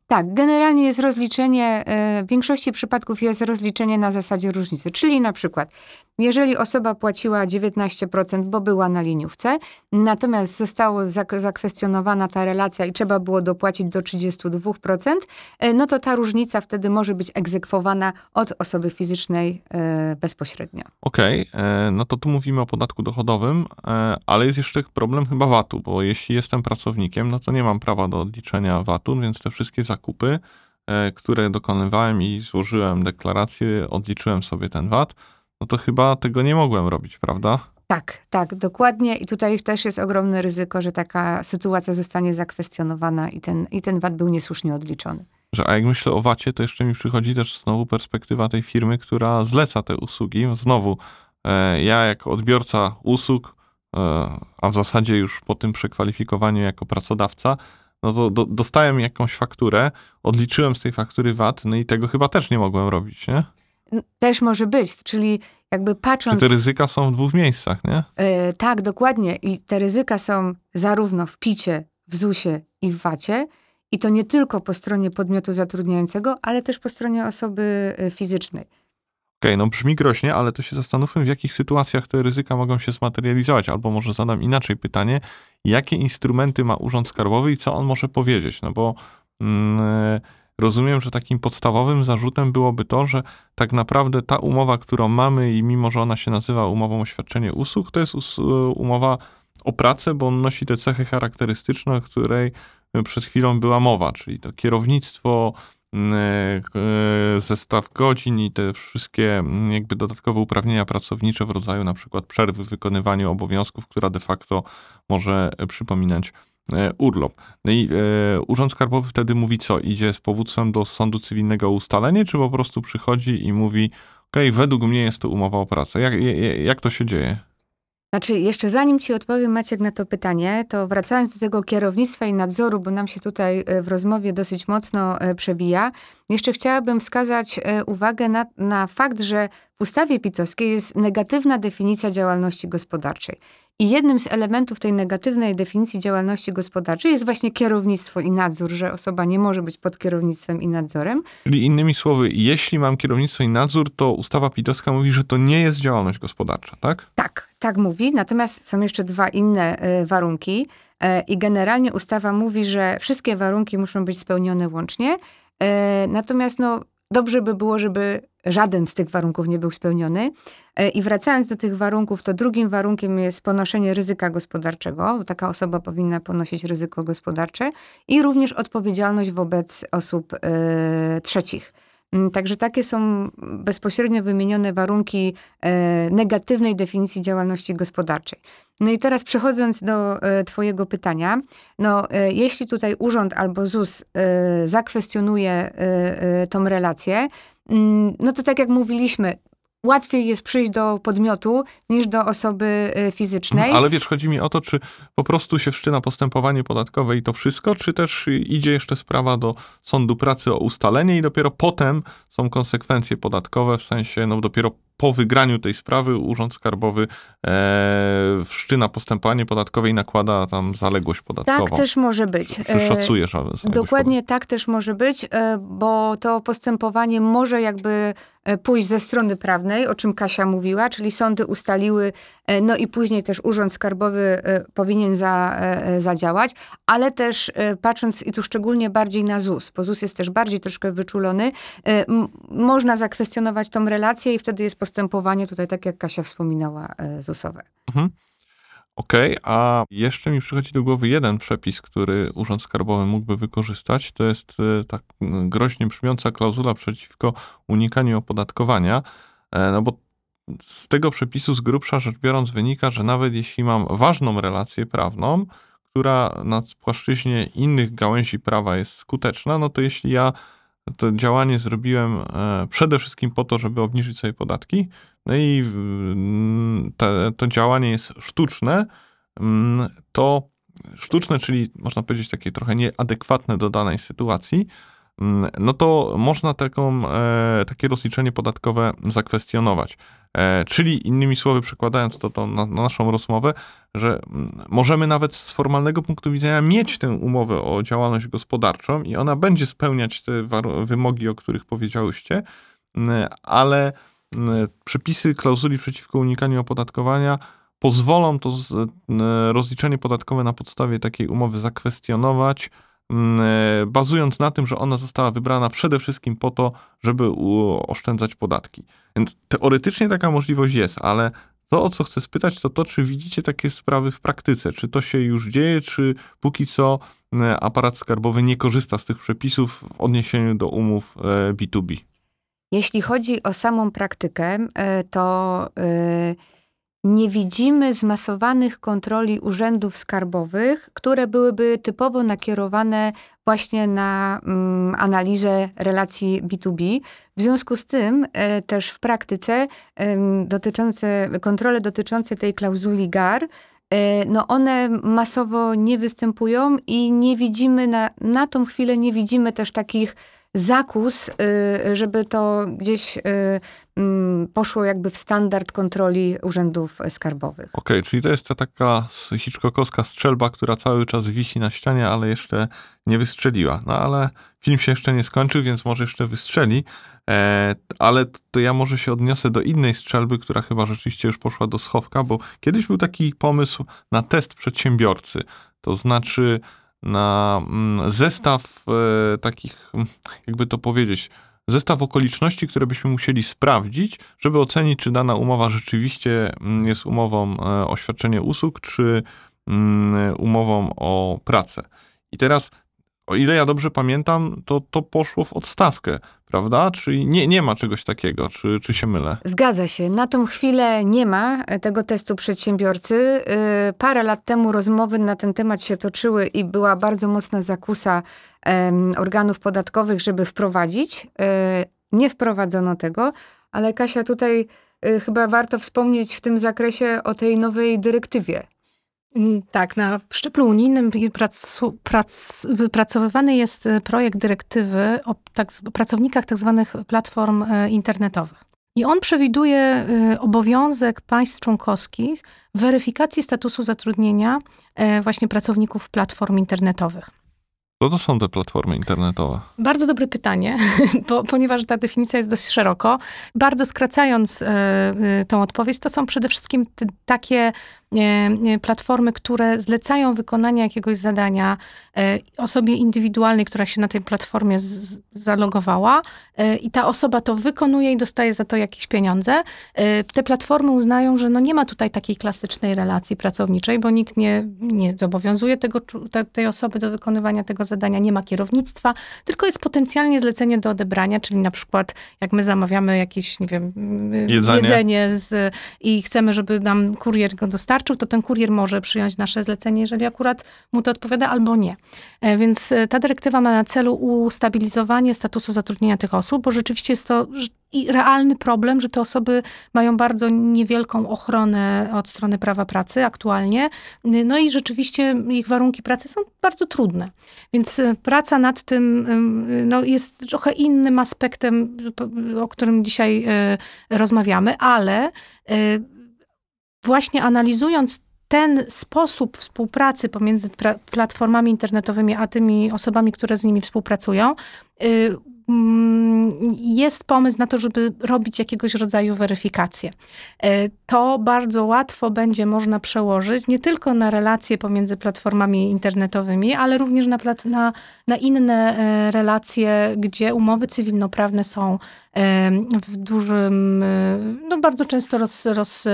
Tak, generalnie jest rozliczenie, e, w większości przypadków jest rozliczenie na zasadzie różnicy. Czyli na przykład, jeżeli osoba płaciła dziewiętnaście procent, bo była na liniówce, natomiast została zak- zakwestionowana ta relacja i trzeba było dopłacić do trzydzieści dwa procent, e, no to ta różnica wtedy może być egzekwowana od osoby fizycznej e, bezpośrednio. Okej, e, no to tu mówimy o podatku dochodowym, e, ale jest jeszcze problem chyba vatu, bo jeśli jestem pracownikiem, no to nie mam prawa do odliczenia vatu, więc te wszystkie zakupy, e, które dokonywałem i złożyłem deklarację, odliczyłem sobie ten vat, no to chyba tego nie mogłem robić, prawda? Tak, tak, dokładnie. I tutaj też jest ogromne ryzyko, że taka sytuacja zostanie zakwestionowana i ten, i ten vat był niesłusznie odliczony. Że, a jak myślę o vacie, to jeszcze mi przychodzi też znowu perspektywa tej firmy, która zleca te usługi. Znowu, e, ja jako odbiorca usług, e, a w zasadzie już po tym przekwalifikowaniu jako pracodawca, no to do, dostałem jakąś fakturę, odliczyłem z tej faktury vat, no i tego chyba też nie mogłem robić, nie? Też może być, czyli jakby Czy patrząc... te ryzyka są w dwóch miejscach, nie? E, tak, dokładnie. I te ryzyka są zarówno w picie, w zusie i w vacie. I to nie tylko po stronie podmiotu zatrudniającego, ale też po stronie osoby e, fizycznej. Okej, no brzmi groźnie, ale to się zastanówmy, w jakich sytuacjach te ryzyka mogą się zmaterializować. Albo może zadam inaczej pytanie, jakie instrumenty ma Urząd Skarbowy i co on może powiedzieć? No bo mm, rozumiem, że takim podstawowym zarzutem byłoby to, że tak naprawdę ta umowa, którą mamy i mimo, że ona się nazywa umową o świadczenie usług, to jest us- umowa o pracę, bo on nosi te cechy charakterystyczne, o której przed chwilą była mowa, czyli to kierownictwo, zestaw godzin i te wszystkie jakby dodatkowe uprawnienia pracownicze w rodzaju na przykład przerwy w wykonywaniu obowiązków, która de facto może przypominać urlop. No i e, Urząd Skarbowy wtedy mówi co? Idzie z powództwem do sądu cywilnego o ustalenie, czy po prostu przychodzi i mówi okej, według mnie jest to umowa o pracę. Jak, jak, jak to się dzieje? Znaczy, jeszcze zanim ci odpowiem, Maciek, na to pytanie, to wracając do tego kierownictwa i nadzoru, bo nam się tutaj w rozmowie dosyć mocno przewija, jeszcze chciałabym wskazać uwagę na, na fakt, że w ustawie pitowskiej jest negatywna definicja działalności gospodarczej. I jednym z elementów tej negatywnej definicji działalności gospodarczej jest właśnie kierownictwo i nadzór, że osoba nie może być pod kierownictwem i nadzorem. Czyli innymi słowy, jeśli mam kierownictwo i nadzór, to ustawa pitowska mówi, że to nie jest działalność gospodarcza, tak? Tak, tak mówi. Natomiast są jeszcze dwa inne y, warunki. Y, I generalnie ustawa mówi, że wszystkie warunki muszą być spełnione łącznie. Y, natomiast no, dobrze by było, żeby żaden z tych warunków nie był spełniony. I wracając do tych warunków, to drugim warunkiem jest ponoszenie ryzyka gospodarczego. Taka osoba powinna ponosić ryzyko gospodarcze i również odpowiedzialność wobec osób y, trzecich. Także takie są bezpośrednio wymienione warunki e, negatywnej definicji działalności gospodarczej. No i teraz przechodząc do e, twojego pytania, no e, jeśli tutaj urząd albo ZUS e, zakwestionuje e, e, tą relację, m, no to tak jak mówiliśmy, łatwiej jest przyjść do podmiotu niż do osoby fizycznej. Ale wiesz, chodzi mi o to, czy po prostu się wszczyna postępowanie podatkowe i to wszystko, czy też idzie jeszcze sprawa do Sądu Pracy o ustalenie i dopiero potem są konsekwencje podatkowe, w sensie no dopiero po wygraniu tej sprawy Urząd Skarbowy e, wszczyna postępowanie podatkowe i nakłada tam zaległość podatkową. Tak też może być. Czy szacuje zaległość Dokładnie tak też może być, bo to postępowanie może jakby pójść ze strony prawnej, o czym Kasia mówiła, czyli sądy ustaliły, no i później też Urząd Skarbowy powinien za, zadziałać, ale też patrząc i tu szczególnie bardziej na ZUS, bo ZUS jest też bardziej troszkę wyczulony, m- można zakwestionować tą relację i wtedy jest postępowanie tutaj, tak jak Kasia wspominała, zusowe. Mhm. Okej, okay, a jeszcze mi przychodzi do głowy jeden przepis, który Urząd Skarbowy mógłby wykorzystać. To jest tak groźnie brzmiąca klauzula przeciwko unikaniu opodatkowania. No bo z tego przepisu z grubsza rzecz biorąc wynika, że nawet jeśli mam ważną relację prawną, która na płaszczyźnie innych gałęzi prawa jest skuteczna, no to jeśli ja to działanie zrobiłem przede wszystkim po to, żeby obniżyć sobie podatki, no i te, to działanie jest sztuczne, to sztuczne, czyli można powiedzieć takie trochę nieadekwatne do danej sytuacji, no to można taką, takie rozliczenie podatkowe zakwestionować. Czyli innymi słowy, przekładając to, to na, na naszą rozmowę, że możemy nawet z formalnego punktu widzenia mieć tę umowę o działalność gospodarczą i ona będzie spełniać te wymogi, o których powiedziałyście, ale przepisy klauzuli przeciwko unikaniu opodatkowania pozwolą to z, rozliczenie podatkowe na podstawie takiej umowy zakwestionować, bazując na tym, że ona została wybrana przede wszystkim po to, żeby oszczędzać podatki. Więc teoretycznie taka możliwość jest, ale to, o co chcę spytać, to to, czy widzicie takie sprawy w praktyce? Czy to się już dzieje, czy póki co aparat skarbowy nie korzysta z tych przepisów w odniesieniu do umów B dwa B? Jeśli chodzi o samą praktykę, to nie widzimy zmasowanych kontroli urzędów skarbowych, które byłyby typowo nakierowane właśnie na mm, analizę relacji B dwa B. W związku z tym e, też w praktyce e, dotyczące, kontrole dotyczące tej klauzuli G A R, e, no one masowo nie występują i nie widzimy, na, na tą chwilę nie widzimy też takich zakus, żeby to gdzieś poszło jakby w standard kontroli urzędów skarbowych. Okej, okay, czyli to jest ta taka hitchcockowska strzelba, która cały czas wisi na ścianie, ale jeszcze nie wystrzeliła. No ale film się jeszcze nie skończył, więc może jeszcze wystrzeli. E, ale to ja może się odniosę do innej strzelby, która chyba rzeczywiście już poszła do schowka, bo kiedyś był taki pomysł na test przedsiębiorcy. To znaczy na zestaw e, takich, jakby to powiedzieć, zestaw okoliczności, które byśmy musieli sprawdzić, żeby ocenić, czy dana umowa rzeczywiście jest umową o świadczenie usług, czy umową o pracę. I teraz, o ile ja dobrze pamiętam, to to poszło w odstawkę, prawda? Czyli nie, nie ma czegoś takiego, czy, czy się mylę? Zgadza się. Na tą chwilę nie ma tego testu przedsiębiorcy. Parę lat temu rozmowy na ten temat się toczyły i była bardzo mocna zakusa organów podatkowych, żeby wprowadzić. Nie wprowadzono tego, ale Kasia, tutaj chyba warto wspomnieć w tym zakresie o tej nowej dyrektywie. Tak, na szczeblu unijnym prac, prac, wypracowywany jest projekt dyrektywy o tak, pracownikach tak zwanych platform internetowych. I on przewiduje obowiązek państw członkowskich weryfikacji statusu zatrudnienia właśnie pracowników platform internetowych. Co to są te platformy internetowe? Bardzo dobre pytanie, bo, ponieważ ta definicja jest dość szeroko. Bardzo skracając y, y, tą odpowiedź, to są przede wszystkim te, takie y, platformy, które zlecają wykonanie jakiegoś zadania y, osobie indywidualnej, która się na tej platformie z, zalogowała y, i ta osoba to wykonuje i dostaje za to jakieś pieniądze. Y, te platformy uznają, że no nie ma tutaj takiej klasycznej relacji pracowniczej, bo nikt nie, nie zobowiązuje tego, te, tej osoby do wykonywania tego zadania, nie ma kierownictwa, tylko jest potencjalnie zlecenie do odebrania, czyli na przykład jak my zamawiamy jakieś, nie wiem, jedzenie, jedzenie z, i chcemy, żeby nam kurier go dostarczył, to ten kurier może przyjąć nasze zlecenie, jeżeli akurat mu to odpowiada, albo nie. Więc ta dyrektywa ma na celu ustabilizowanie statusu zatrudnienia tych osób, bo rzeczywiście jest to i realny problem, że te osoby mają bardzo niewielką ochronę od strony prawa pracy aktualnie. No i rzeczywiście ich warunki pracy są bardzo trudne. Więc praca nad tym no, jest trochę innym aspektem, o którym dzisiaj rozmawiamy, ale właśnie analizując ten sposób współpracy pomiędzy pra- platformami internetowymi a tymi osobami, które z nimi współpracują, jest pomysł na to, żeby robić jakiegoś rodzaju weryfikację. To bardzo łatwo będzie można przełożyć nie tylko na relacje pomiędzy platformami internetowymi, ale również na, plat- na, na inne relacje, gdzie umowy cywilnoprawne są w dużym, no bardzo często roz, roz,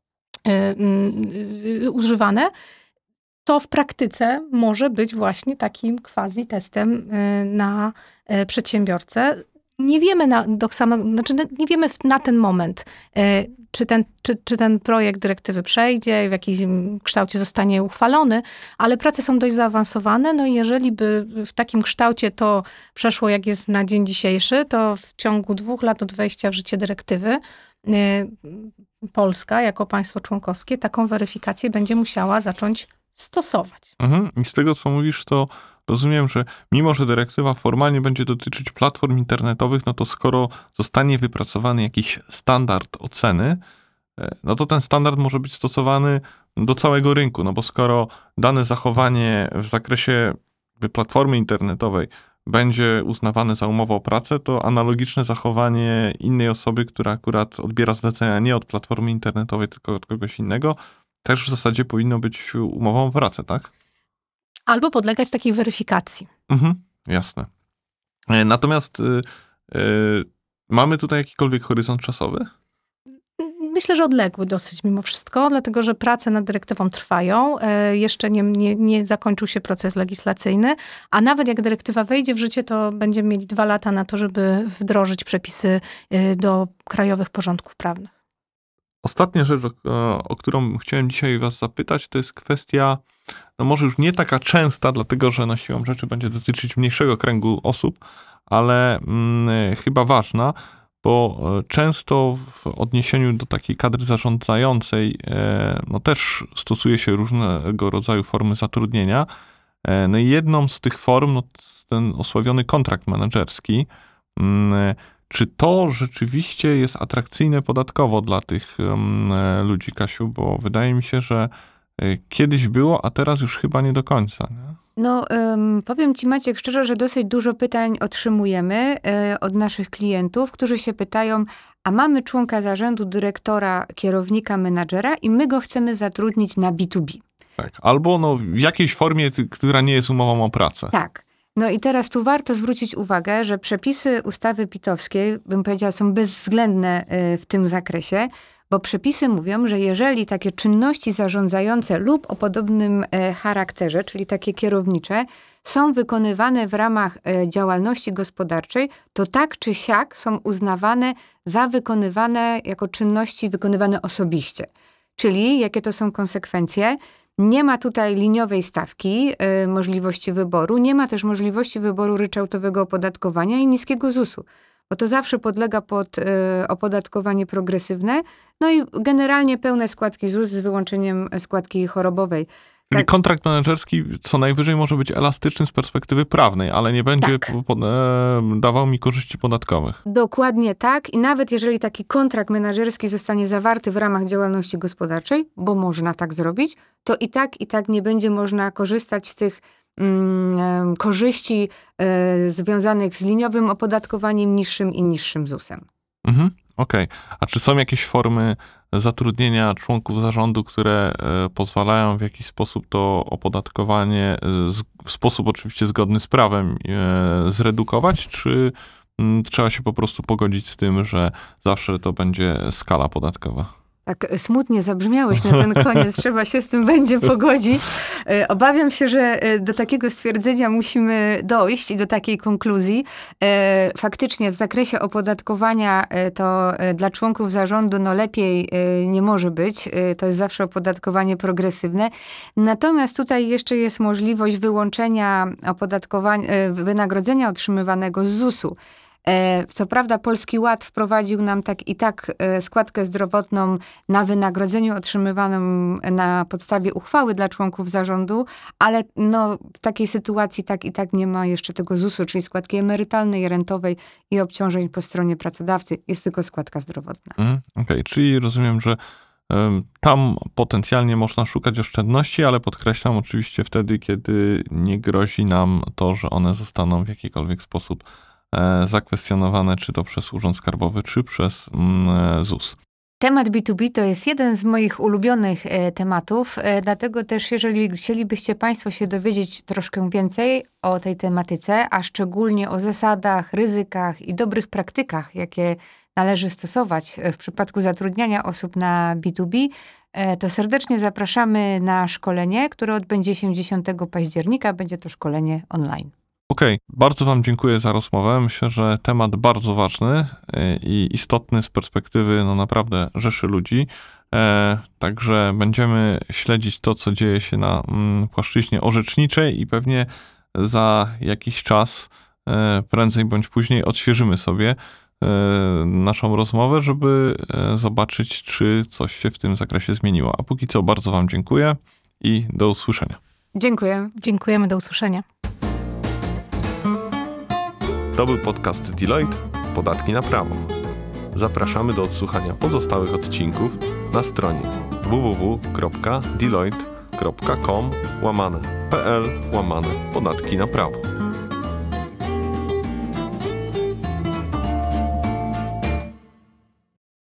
używane. To w praktyce może być właśnie takim quasi testem na przedsiębiorcę. Nie wiemy na, do samego, znaczy nie wiemy na ten moment, czy ten, czy, czy ten projekt dyrektywy przejdzie, w jakim kształcie zostanie uchwalony, ale prace są dość zaawansowane. No i jeżeli by w takim kształcie to przeszło, jak jest na dzień dzisiejszy, to w ciągu dwóch lat od wejścia w życie dyrektywy Polska jako państwo członkowskie taką weryfikację będzie musiała zacząć stosować. Mhm. I z tego, co mówisz, to rozumiem, że mimo, że dyrektywa formalnie będzie dotyczyć platform internetowych, no to skoro zostanie wypracowany jakiś standard oceny, no to ten standard może być stosowany do całego rynku, no bo skoro dane zachowanie w zakresie platformy internetowej będzie uznawane za umowę o pracę, to analogiczne zachowanie innej osoby, która akurat odbiera zlecenia nie od platformy internetowej, tylko od kogoś innego, też w zasadzie powinno być umową o pracę, tak? Albo podlegać takiej weryfikacji. Mhm, jasne. Natomiast y, y, mamy tutaj jakikolwiek horyzont czasowy? Myślę, że odległy dosyć mimo wszystko, dlatego że prace nad dyrektywą trwają. E, jeszcze nie, nie, nie zakończył się proces legislacyjny, a nawet jak dyrektywa wejdzie w życie, to będziemy mieli dwa lata na to, żeby wdrożyć przepisy y, do krajowych porządków prawnych. Ostatnia rzecz, o, o którą chciałem dzisiaj was zapytać, to jest kwestia, no może już nie taka częsta, dlatego że na siłą rzeczy będzie dotyczyć mniejszego kręgu osób, ale mm, chyba ważna, bo często w odniesieniu do takiej kadry zarządzającej e, no też stosuje się różnego rodzaju formy zatrudnienia. E, no i jedną z tych form, no, ten osławiony kontrakt menedżerski. Mm, Czy to rzeczywiście jest atrakcyjne podatkowo dla tych um, ludzi, Kasiu? Bo wydaje mi się, że y, kiedyś było, a teraz już chyba nie do końca. Nie? No, um, powiem ci, Maciek, szczerze, że dosyć dużo pytań otrzymujemy y, od naszych klientów, którzy się pytają, a mamy członka zarządu, dyrektora, kierownika, menadżera i my go chcemy zatrudnić na B dwa B. Tak. Albo no, w jakiejś formie, ty, która nie jest umową o pracę. Tak. No i teraz tu warto zwrócić uwagę, że przepisy ustawy pitowskiej, bym powiedziała, są bezwzględne w tym zakresie, bo przepisy mówią, że jeżeli takie czynności zarządzające lub o podobnym charakterze, czyli takie kierownicze, są wykonywane w ramach działalności gospodarczej, to tak czy siak są uznawane za wykonywane jako czynności wykonywane osobiście. Czyli jakie to są konsekwencje? Nie ma tutaj liniowej stawki, y, możliwości wyboru, nie ma też możliwości wyboru ryczałtowego opodatkowania i niskiego zusu, bo to zawsze podlega pod y, opodatkowanie progresywne, no i generalnie pełne składki ZUS z wyłączeniem składki chorobowej. Czyli Tak. kontrakt menedżerski co najwyżej może być elastyczny z perspektywy prawnej, ale nie będzie Tak. po, po, e, dawał mi korzyści podatkowych. Dokładnie tak i nawet jeżeli taki kontrakt menedżerski zostanie zawarty w ramach działalności gospodarczej, bo można tak zrobić, to i tak, i tak nie będzie można korzystać z tych mm, korzyści y, związanych z liniowym opodatkowaniem niższym i niższym zusem. Mhm, okej. Okay. A czy są jakieś formy zatrudnienia członków zarządu, które e, pozwalają w jakiś sposób to opodatkowanie e, z, w sposób oczywiście zgodny z prawem e, zredukować, czy m, trzeba się po prostu pogodzić z tym, że zawsze to będzie skala podatkowa? Tak smutnie zabrzmiałeś na ten koniec, trzeba się z tym będzie pogodzić. Obawiam się, że do takiego stwierdzenia musimy dojść i do takiej konkluzji. Faktycznie w zakresie opodatkowania to dla członków zarządu no lepiej nie może być. To jest zawsze opodatkowanie progresywne. Natomiast tutaj jeszcze jest możliwość wyłączenia opodatkowania, wynagrodzenia otrzymywanego z zusu. Co prawda Polski Ład wprowadził nam tak i tak składkę zdrowotną na wynagrodzeniu otrzymywaną na podstawie uchwały dla członków zarządu, ale no, w takiej sytuacji tak i tak nie ma jeszcze tego zusu, czyli składki emerytalnej, rentowej i obciążeń po stronie pracodawcy. Jest tylko składka zdrowotna. Mm, Okej, okay. Czyli rozumiem, że um, tam potencjalnie można szukać oszczędności, ale podkreślam oczywiście wtedy, kiedy nie grozi nam to, że one zostaną w jakikolwiek sposób zakwestionowane, czy to przez Urząd Skarbowy, czy przez mm, ZUS. Temat B dwa B to jest jeden z moich ulubionych e, tematów, e, dlatego też jeżeli chcielibyście Państwo się dowiedzieć troszkę więcej o tej tematyce, a szczególnie o zasadach, ryzykach i dobrych praktykach, jakie należy stosować w przypadku zatrudniania osób na B dwa B, e, to serdecznie zapraszamy na szkolenie, które odbędzie się dziesiątego października. Będzie to szkolenie online. Okej, okay. Bardzo wam dziękuję za rozmowę. Myślę, że temat bardzo ważny i istotny z perspektywy no naprawdę rzeszy ludzi. E, także będziemy śledzić to, co dzieje się na mm, płaszczyźnie orzeczniczej i pewnie za jakiś czas, e, prędzej bądź później, odświeżymy sobie e, naszą rozmowę, żeby e, zobaczyć, czy coś się w tym zakresie zmieniło. A póki co bardzo wam dziękuję i do usłyszenia. Dziękuję. Dziękujemy, do usłyszenia. To był podcast Deloitte Podatki na prawo. Zapraszamy do odsłuchania pozostałych odcinków na stronie w w w kropka deloitte kropka com łamane pl łamane podatki na prawo.